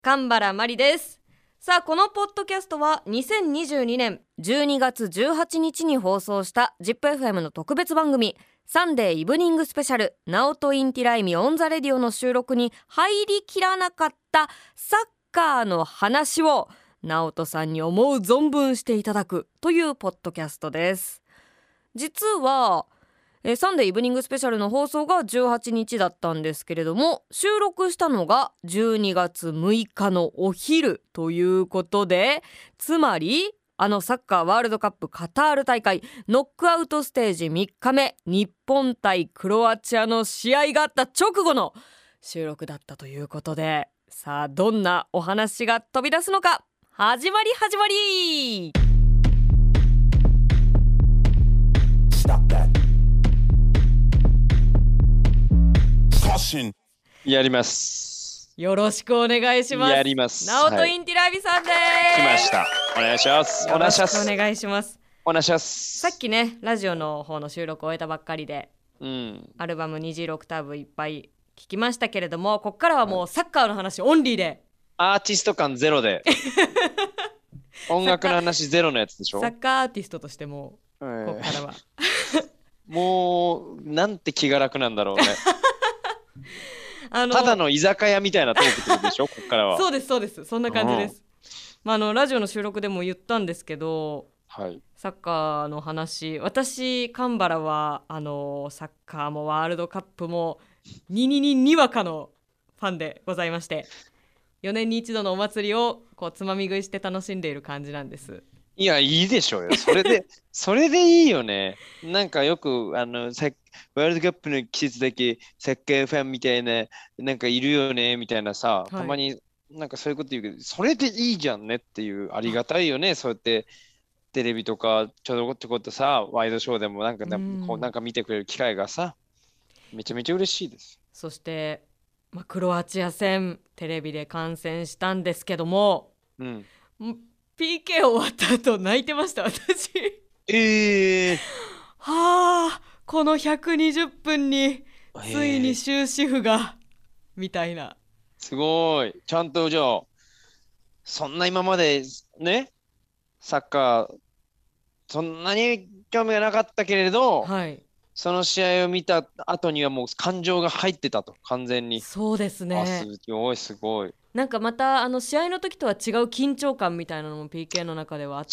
神原まりです。さあ、このポッドキャストは2022年12月18日に放送した ZIPFM の特別番組サンデーイブニングスペシャルナオトインティライミオンザレディオの収録に入りきらなかったサッカーの話をナオトさんに思う存分していただくというポッドキャストです。実はサンデーイブニングスペシャルの放送が18日だったんですけれども、収録したのが12月6日のお昼ということで、つまりサッカーワールドカップカタール大会ノックアウトステージ3日目、日本対クロアチアの試合があった直後の収録だったということで、さあどんなお話が飛び出すのか、始まりやります。 よろしくお願いします。 やります。 ナオトインティライビさんです、 来ました。お願いします。 よろしくお願いします。 お願いします。 さっきね、ラジオの方の収録を終えたばっかりで、アルバム虹色オクターブいっぱい聞きましたけれども、こっからはもうサッカーの話オンリーで、 アーティスト感ゼロで音楽の話ゼロのやつでしょ。 サッカーアーティストとしても、こっからはもうなんて気が楽なんだろうねただの居酒屋みたいなトークってことでしょこっからは。 そうです、そんな感じです。ラジオの収録でも言ったんですけど、 はい、 サッカーの話、私神原はサッカーもワールドカップもにわかのファンでございまして、4年に一度のお祭りをこうつまみ食いして楽しんでいる感じなんです。 いや、いいでしょうよ。それでそれでいいよね。なんかよくワールドカップの季節だけサッカーファンみたいななんかいるよねみたいなさ、たまになんかそういうこと言うけど、それでいいじゃんねっていう、ありがたいよね。そうやってテレビとかちょこっとさ、ワイドショーでもなんかこうなんか見てくれる機会がさ、めちゃめちゃ嬉しいです。 そして、クロアチア戦テレビで観戦したんですけども、PK 終わった後泣いてました私。はあ、この120分についに終止符がみたいな。 すごい。ちゃんとじゃあそんな今までね、サッカーそんなに興味がなかったけれど、その試合を見た後にはもう感情が入ってたと、完全に。 そうですね。 すごい。 なんかまた試合の時とは違う緊張感みたいなのも PK の中ではあって、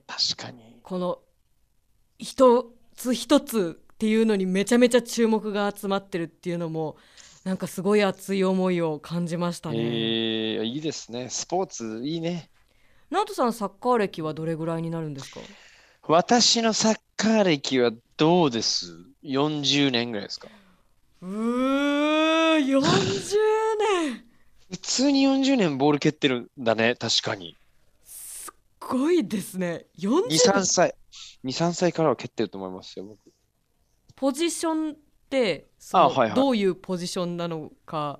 確かにこの一つ一つっていうのにめちゃめちゃ注目が集まってるっていうのも、なんかすごい熱い思いを感じましたね。 いいですね。スポーツいいね。 ナオトさん、サッカー歴はどれぐらいになるんですか？ 私のサッカー歴はどうです？ 40 年ぐらいですか ？40年普通に40年ボール蹴ってるんだね。確かにすごいですね。40年。 2、3歳からは蹴ってると思いますよ、僕。 ポジションってどういうポジションなのか。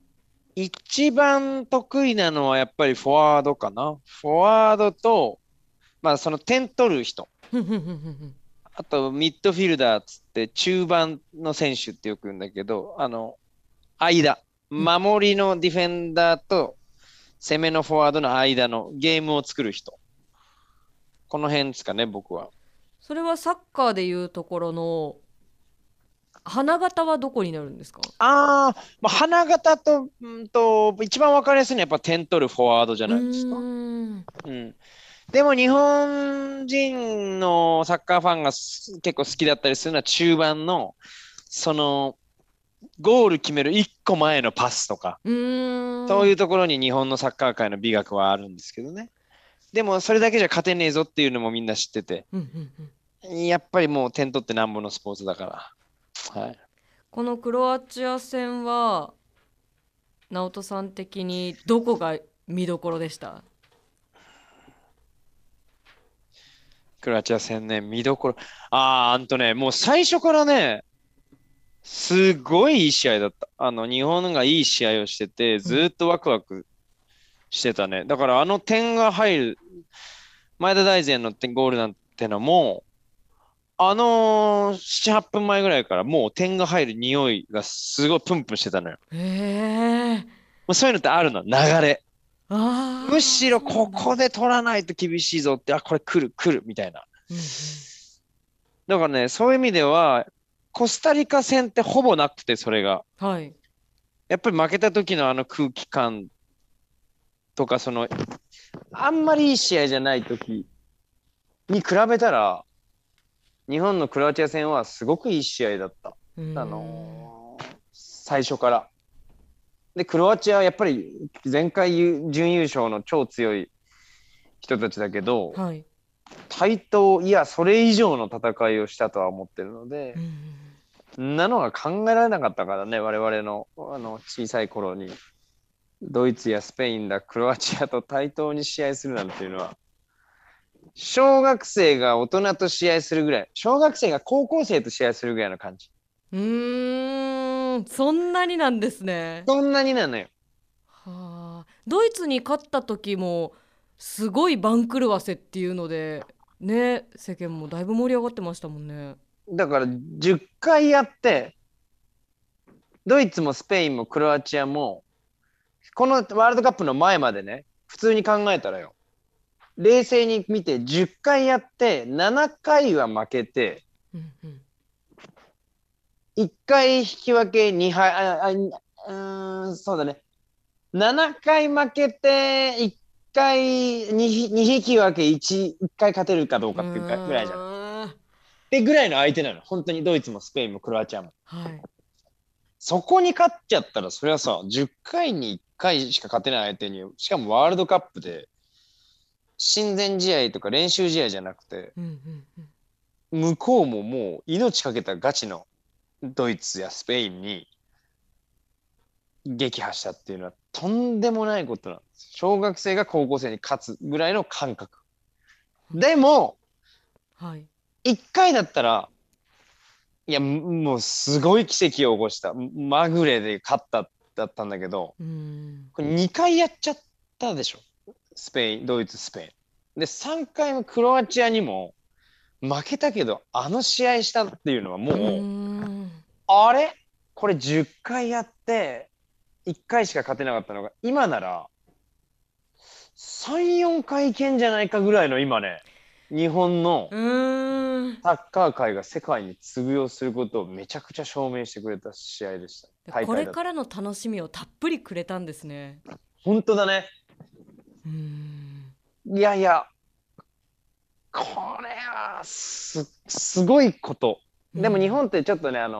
一番得意なのはやっぱりフォワードかな。フォワードと、その点取る人あとミッドフィルダーっつって中盤の選手ってよく言うんだけど、間、守りのディフェンダーと攻めのフォワードの間のゲームを作る人、この辺ですかね、僕は。 それはサッカーでいうところの花形はどこになるんですか？ 花形と、一番分かりやすいのはやっぱ点取るフォワードじゃないですか。でも日本人のサッカーファンが結構好きだったりするのは中盤のそのゴール決める1個前のパスとか、そういうところに日本のサッカー界の美学はあるんですけどね。でもそれだけじゃ勝てねえぞっていうのもみんな知ってて、やっぱりもう点取ってなんぼのスポーツだから。 このクロアチア戦はナオトさん的にどこが見どころでした？ クロアチア戦ね、見どころ。もう最初からね、すごいいい試合だった。日本がいい試合をしてて、ずっとワクワクしてたね。だから点が入る、前田大然のゴールなんてのも、7、8分前ぐらいからもう点が入る匂いがすごいプンプンしてたのよ。もうそういうのってあるの、流れ。 むしろここで取らないと厳しいぞって、これ来るみたいな。だからね、そういう意味では、コスタリカ戦ってほぼなくて、それが。 はい。 やっぱり負けた時のあの空気感とか、あんまりいい試合じゃない時に比べたら、日本のクロアチア戦はすごくいい試合だった。最初から。で、クロアチアはやっぱり前回準優勝の超強い人たちだけど、 はい、 対等、いや、それ以上の戦いをしたとは思ってるので、なのが考えられなかったからね、我々の小さい頃に、ドイツやスペインだ、クロアチアと対等に試合するなんていうのは、小学生が大人と試合するぐらい、小学生が高校生と試合するぐらいの感じ。 そんなになんですね。 そんなになのよ。 はあ、ドイツに勝った時もすごい番狂わせっていうのでね、世間もだいぶ盛り上がってましたもんね。 だから10回やって、ドイツもスペインもクロアチアも、このワールドカップの前までね、普通に考えたらよ、冷静に見て10回やって7回は負けて、1回引き分け2敗、そうだね。7回負けて1回2引き分け1回勝てるかどうかっていうぐらいじゃん。ってぐらいの相手なの。本当にドイツもスペインもクロアチアも。 はい、 そこに勝っちゃったら、それはさ、10回に1回しか勝てない相手に、しかもワールドカップで、親善試合とか練習試合じゃなくて、向こうももう命かけたガチのドイツやスペインに撃破したっていうのはとんでもないことなんです。小学生が高校生に勝つぐらいの感覚。でも、 はい、 1回だったら、いや、もうすごい奇跡を起こした。まぐれで勝っただったんだけど、これ2回やっちゃったでしょ。スペイン、ドイツ、スペイン。で、3回もクロアチアにも負けたけど、あの試合したっていうのはもう、あれこれ10回やって、1回しか勝てなかったのが、今なら、3、4回いけんじゃないかぐらいの今ね、日本のサッカー界が世界に通用することをめちゃくちゃ証明してくれた試合でした。 これからの楽しみをたっぷりくれたんですね。 本当だね。いやいや、これはすごいこと。でも日本ってちょっとね、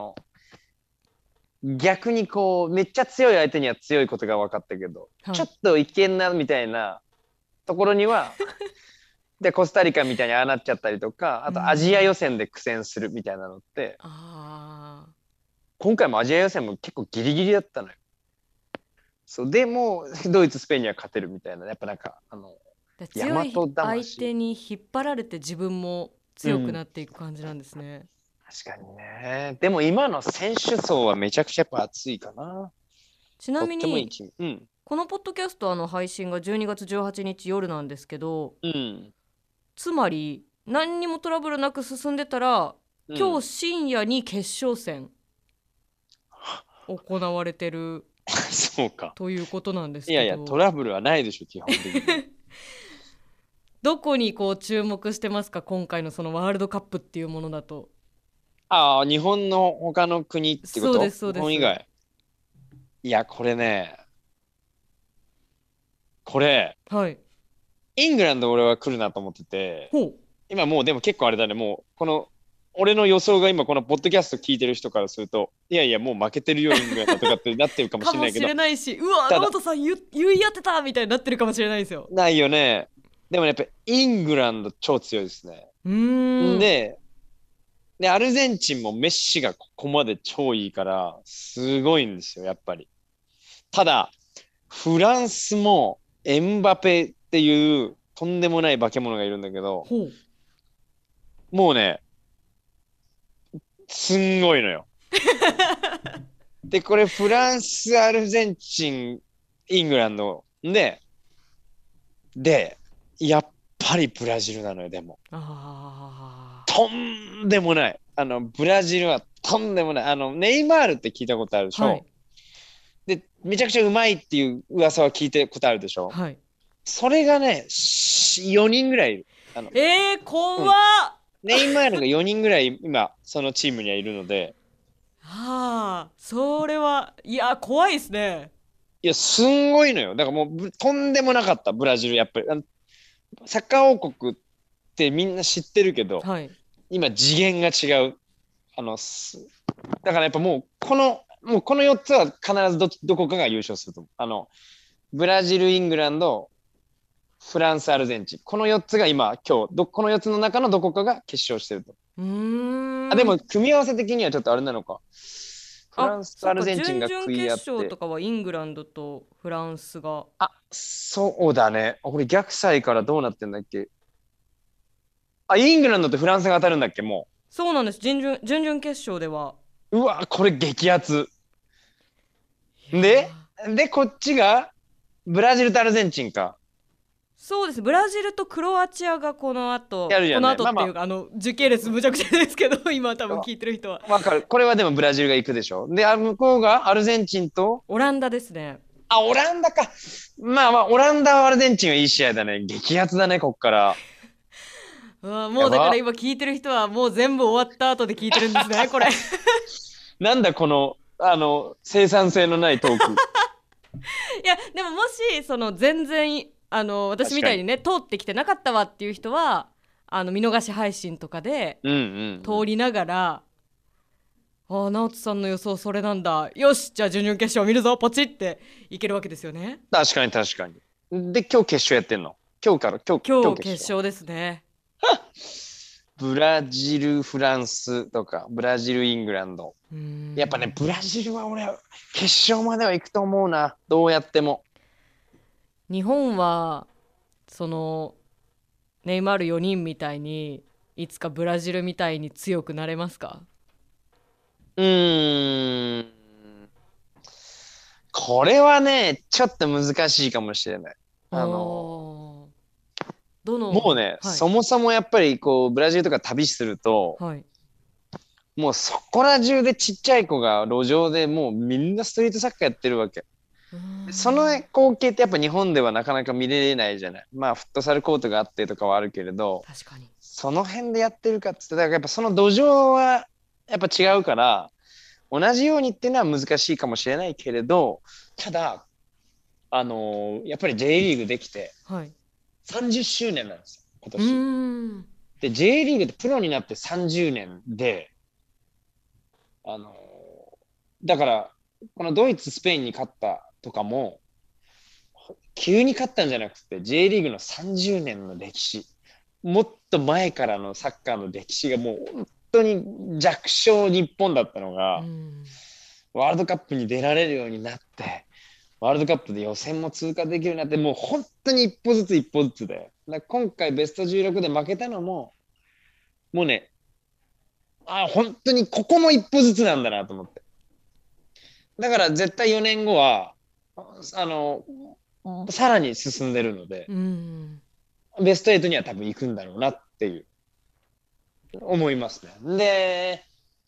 逆にこう、めっちゃ強い相手には強いことが分かったけど、ちょっといけんなみたいなところには、で、コスタリカみたいにああなっちゃったりとか、あとアジア予選で苦戦するみたいなのって、今回もアジア予選も結構ギリギリだったのよ。そうでもドイツ、スペインには勝てるみたいな、やっぱなんか強い相手に引っ張られて自分も強くなっていく感じなんですね。 確かにね。でも今の選手層はめちゃくちゃやっぱ熱いかな。 ちなみにこのポッドキャスト配信が12月18日夜なんですけど、つまり何にもトラブルなく進んでたら、今日深夜に決勝戦行われてるそうかということなんですけど。 いやいや、トラブルはないでしょ基本的に。 どこにこう注目してますか、今回のそのワールドカップっていうものだと。 ああ、日本の他の国ってこと？ そうですそうです。 日本以外。いや、これね、はい、イングランド俺は来るなと思ってて、今もうでも結構あれだね、もうこの俺の予想が今このポッドキャスト聞いてる人からすると、いやいやもう負けてるよイングランドとかってなってるかもしれないけど、 かもしれないし、うわ野本さん言い合ってたみたいになってるかもしれないですよ。 ないよね。でもやっぱイングランド超強いですね。で、アルゼンチンもメッシがここまで超いいから、すごいんですよ、やっぱり。ただ、フランスもエムバペっていうとんでもない化け物がいるんだけど、もうね、すんごいのよ。で、これフランス、アルゼンチン、イングランドで、やっぱりブラジルなのよ、でも。とんでもない。ブラジルはとんでもない。ネイマールって聞いたことあるでしょ？ で、めちゃくちゃうまいっていう噂は聞いてことあるでしょ。 はい。 それがね、4人ぐらいいる。 怖うん。 っ。 ネイマールが4人ぐらい今、そのチームにはいるので、 はあ、それは、いや、怖いですね。 いや、すんごいのよ。だからもうとんでもなかった、ブラジル、やっぱり。サッカー王国ってみんな知ってるけど、 はい。 今次元が違う。だからやっぱもうこの4つは必ずどこかが優勝すると思う。ブラジル、イングランド、フランス、アルゼンチン。この4つが今日、この4つの中のどこかが決勝してると。 うーでん。 も組み合わせ的にはちょっとあれなのか。フラあ、 ンスとアルそっか、 ゼンチンが準々 食い合って。 決勝とかはイングランドとフランスが。 そうだね。これ逆サイからどうなってんだっけ。イングランドとフランスが当たるんだっけ、もそうなんです。準々決勝では。 う。うわ、これ激アツ。 いやで、 ー、 こっちが、ブラジルとアルゼンチンか。 そうです。ブラジルとクロアチアがこの後、 やるじゃんね。 この後まあまっていうか、時系列むちゃくちゃですけど、今多分聞いてる人は。 あ、わかる。これはでもブラジルが行くでしょ。で、向こうがアルゼンチンと、 オランダですね。 オランダか。まあまあ、オランダ、アルゼンチンはいい試合だね。激アツだね、こっから。 うわ、もうだからやば。 今聞いてる人はもう全部終わった後で聞いてるんですね、これ。いなんだこの、生産性のないトーク。 や、でももし、全然、私みたいにね、通ってきてなかったわっていう人は、見逃し配信とかでうんうんうん。 通りながら、直人さんの予想それなんだ。よし、じゃあ準々決勝見るぞ、ポチっていけるわけですよね。 確かに確かに。で、今日決勝やってんの。今今日日決勝。 決勝ですね。 ブラジル、フランスとか、ブラジル、イングランド。 うーん。 やっぱね、ブラジルは俺、決勝までは行くと思うな。どうやっても。 日本は、その、ネイマール4人みたいに、いつかブラジルみたいに強くなれますか？ うーん。これはね、ちょっと難しいかもしれない。あの、 おー、どの、 もうね、 はい、 そもそもやっぱりこう、ブラジルとか旅すると、 はい。 もうそこら中でちっちゃい子が路上でもうみんなストリートサッカーやってるわけ。 うーそのん、 光景ってやっぱ日本ではなかなか見れないじゃない。まあ、フットサルコートがあってとかはあるけれど、 確かに。 その辺でやってるかっつって、だからやっぱその土壌はやっぱ違うから、同じようにっていうのは難しいかもしれないけれど、ただ、やっぱり J リーグできてはい。 30周年なんですよ、今うー年。 ん。 で、J リーグってプロになって30年で、あのだから、このドイツ、スペインに勝ったとかも、急に勝ったんじゃなくて、J リーグの30年の歴史、もっと前からのサッカーの歴史がもう本当に弱小日本だったのうーが、 ん。 ワールドカップに出られるようになって、ワールドカップで予選も通過できるようになって、もう本当に一歩ずつ一歩ずつで、今回ベスト16で負けたのも、もうね、本当にここも一歩ずつなんだなと思って。だから絶対4年後は、あの、さらに進んでるので、 うーん。 ベスト8には多分行くんだろうなっていう、思いますね。で、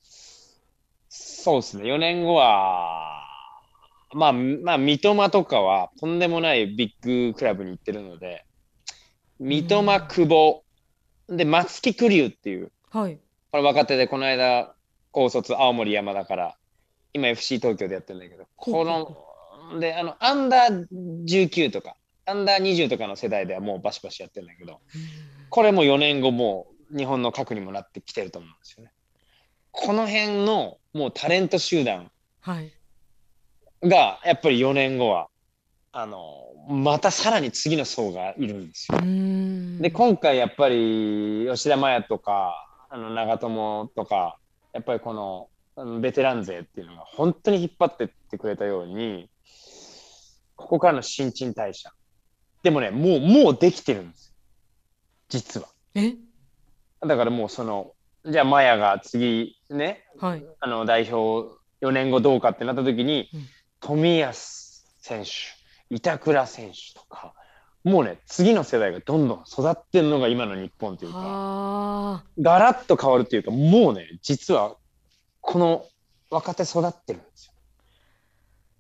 そうですね、4年後は、まあ、三笘とかはとんでもないビッグクラブに行ってるので、 うー三笘、 ん。 久保、で、松木玖生っていう、 はい。 これ若手でこの間、高卒青森山田から、今 FC 東京でやってるんだけど、 ほうほうほで、アンダー19とか、アンダー20とかの世代ではもうバシバシやってるんだけど、 う。うーん。 これも4年後もう日本の核にもなってきてると思うんですよね。この辺のもうタレント集団はい。 が、やっぱり4年後は、またさらに次の層がいるんですうーよ。で、 ん。 今回やっぱり吉田麻也とか、長友とか、やっぱりこの、ベテラン勢っていうのが本当に引っ張ってってくれたように、ここからの新陳代謝。でもね、もうできてるんですよ。実は。 え、 だからもうじゃあマヤが次ね、 はい。 代表4年後どうかってなった時に、 うん。 冨安選手、板倉選手とか、もうね、次の世代がどんどん育ってるのが今の日本というか、 はあ。 ガラッと変わるというか、もうね、実はこの若手育ってるんですよ。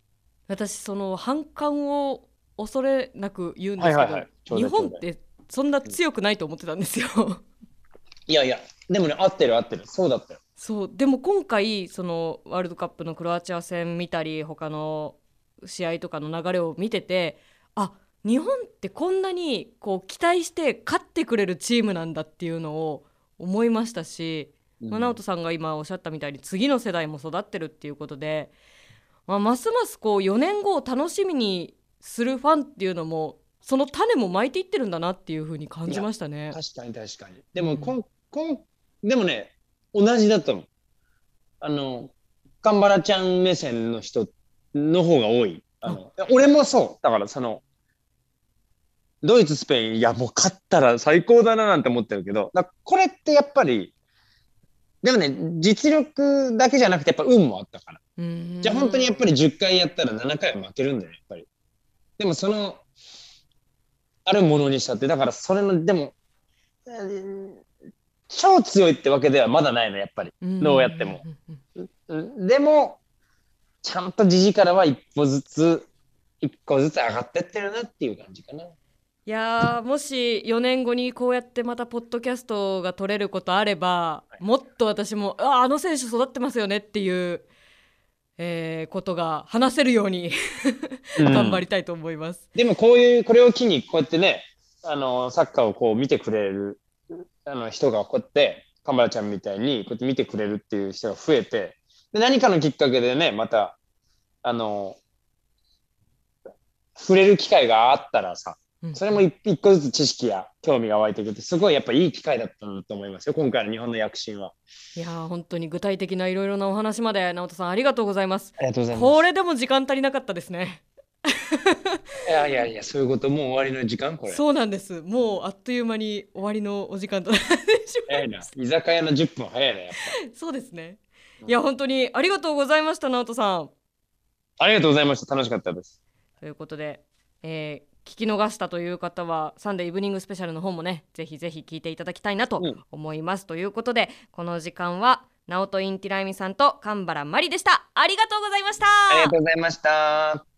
私その反感を恐れなく言うんですけど、日本ってそんな強くないと思ってたんですよ。 いやいや、でもね、合ってる合ってる。そうだったよ。 そうでも今回そのワールドカップのクロアチア戦見たり他の試合とかの流れを見てて、あ、日本ってこんなにこう期待して勝ってくれるチームなんだっていうのを思いましたし、直人さんが今おっしゃったみたいに次の世代も育ってるっていうことで、ますますこう4年後を楽しみにするファンっていうのもその種も巻いていってるんだなっていう風に感じましたね。 確かに確かに。でも、でもね、同じだと思う。神原ちゃん目線の人の方が多い。俺もそう。だからドイツ、スペイン、いやもう勝ったら最高だななんて思ってるけど、これってやっぱり、でもね、実力だけじゃなくてやっぱ運もあったから。じゃあ本当にやっぱり10回やったら7回は負けるんだよ、やっぱり。でもあるものにしたって、だからそれの、でも、超強いってわけではまだないの、やっぱり。どうやっても。でも、ちゃんとジジからは一個ずつ上がってってるなっていう感じかな。 いやもし4年後にこうやってまたポッドキャストが取れることあれば、もっと私もあの選手育ってますよねっていう、ことが話せるように頑張りたいと思います。 でもこれを機にこうやってね、サッカーをこう見てくれる人がこうやってカマラちゃんみたいにこうやって見てくれるっていう人が増えて、で何かのきっかけでね、また触れる機会があったらさ、それも一個ずつ知識や興味が湧いてくるって、すごいやっぱいい機会だったと思いますよ、今回の日本の躍進は。 いや本当に具体的ないろいろなお話まで直人さんありがとうございます。 ありがとうございます。 これでも時間足りなかったですね。 いやそういうこと。もう終わりの時間これ。 そうなんです。もうあっという間に終わりのお時間となってしまいました。 早いな。居酒屋の10分早いなやっぱ。 そうですね。いや本当にありがとうございました直人さん。 ありがとうございました。楽しかったです。 ということで、聞き逃したという方はサンデーイブニングスペシャルの方もね、ぜひぜひ聞いていただきたいなと思います、ということでこの時間はナオトインティライミさんと神原真理でした。ありがとうございました。 ありがとうございました。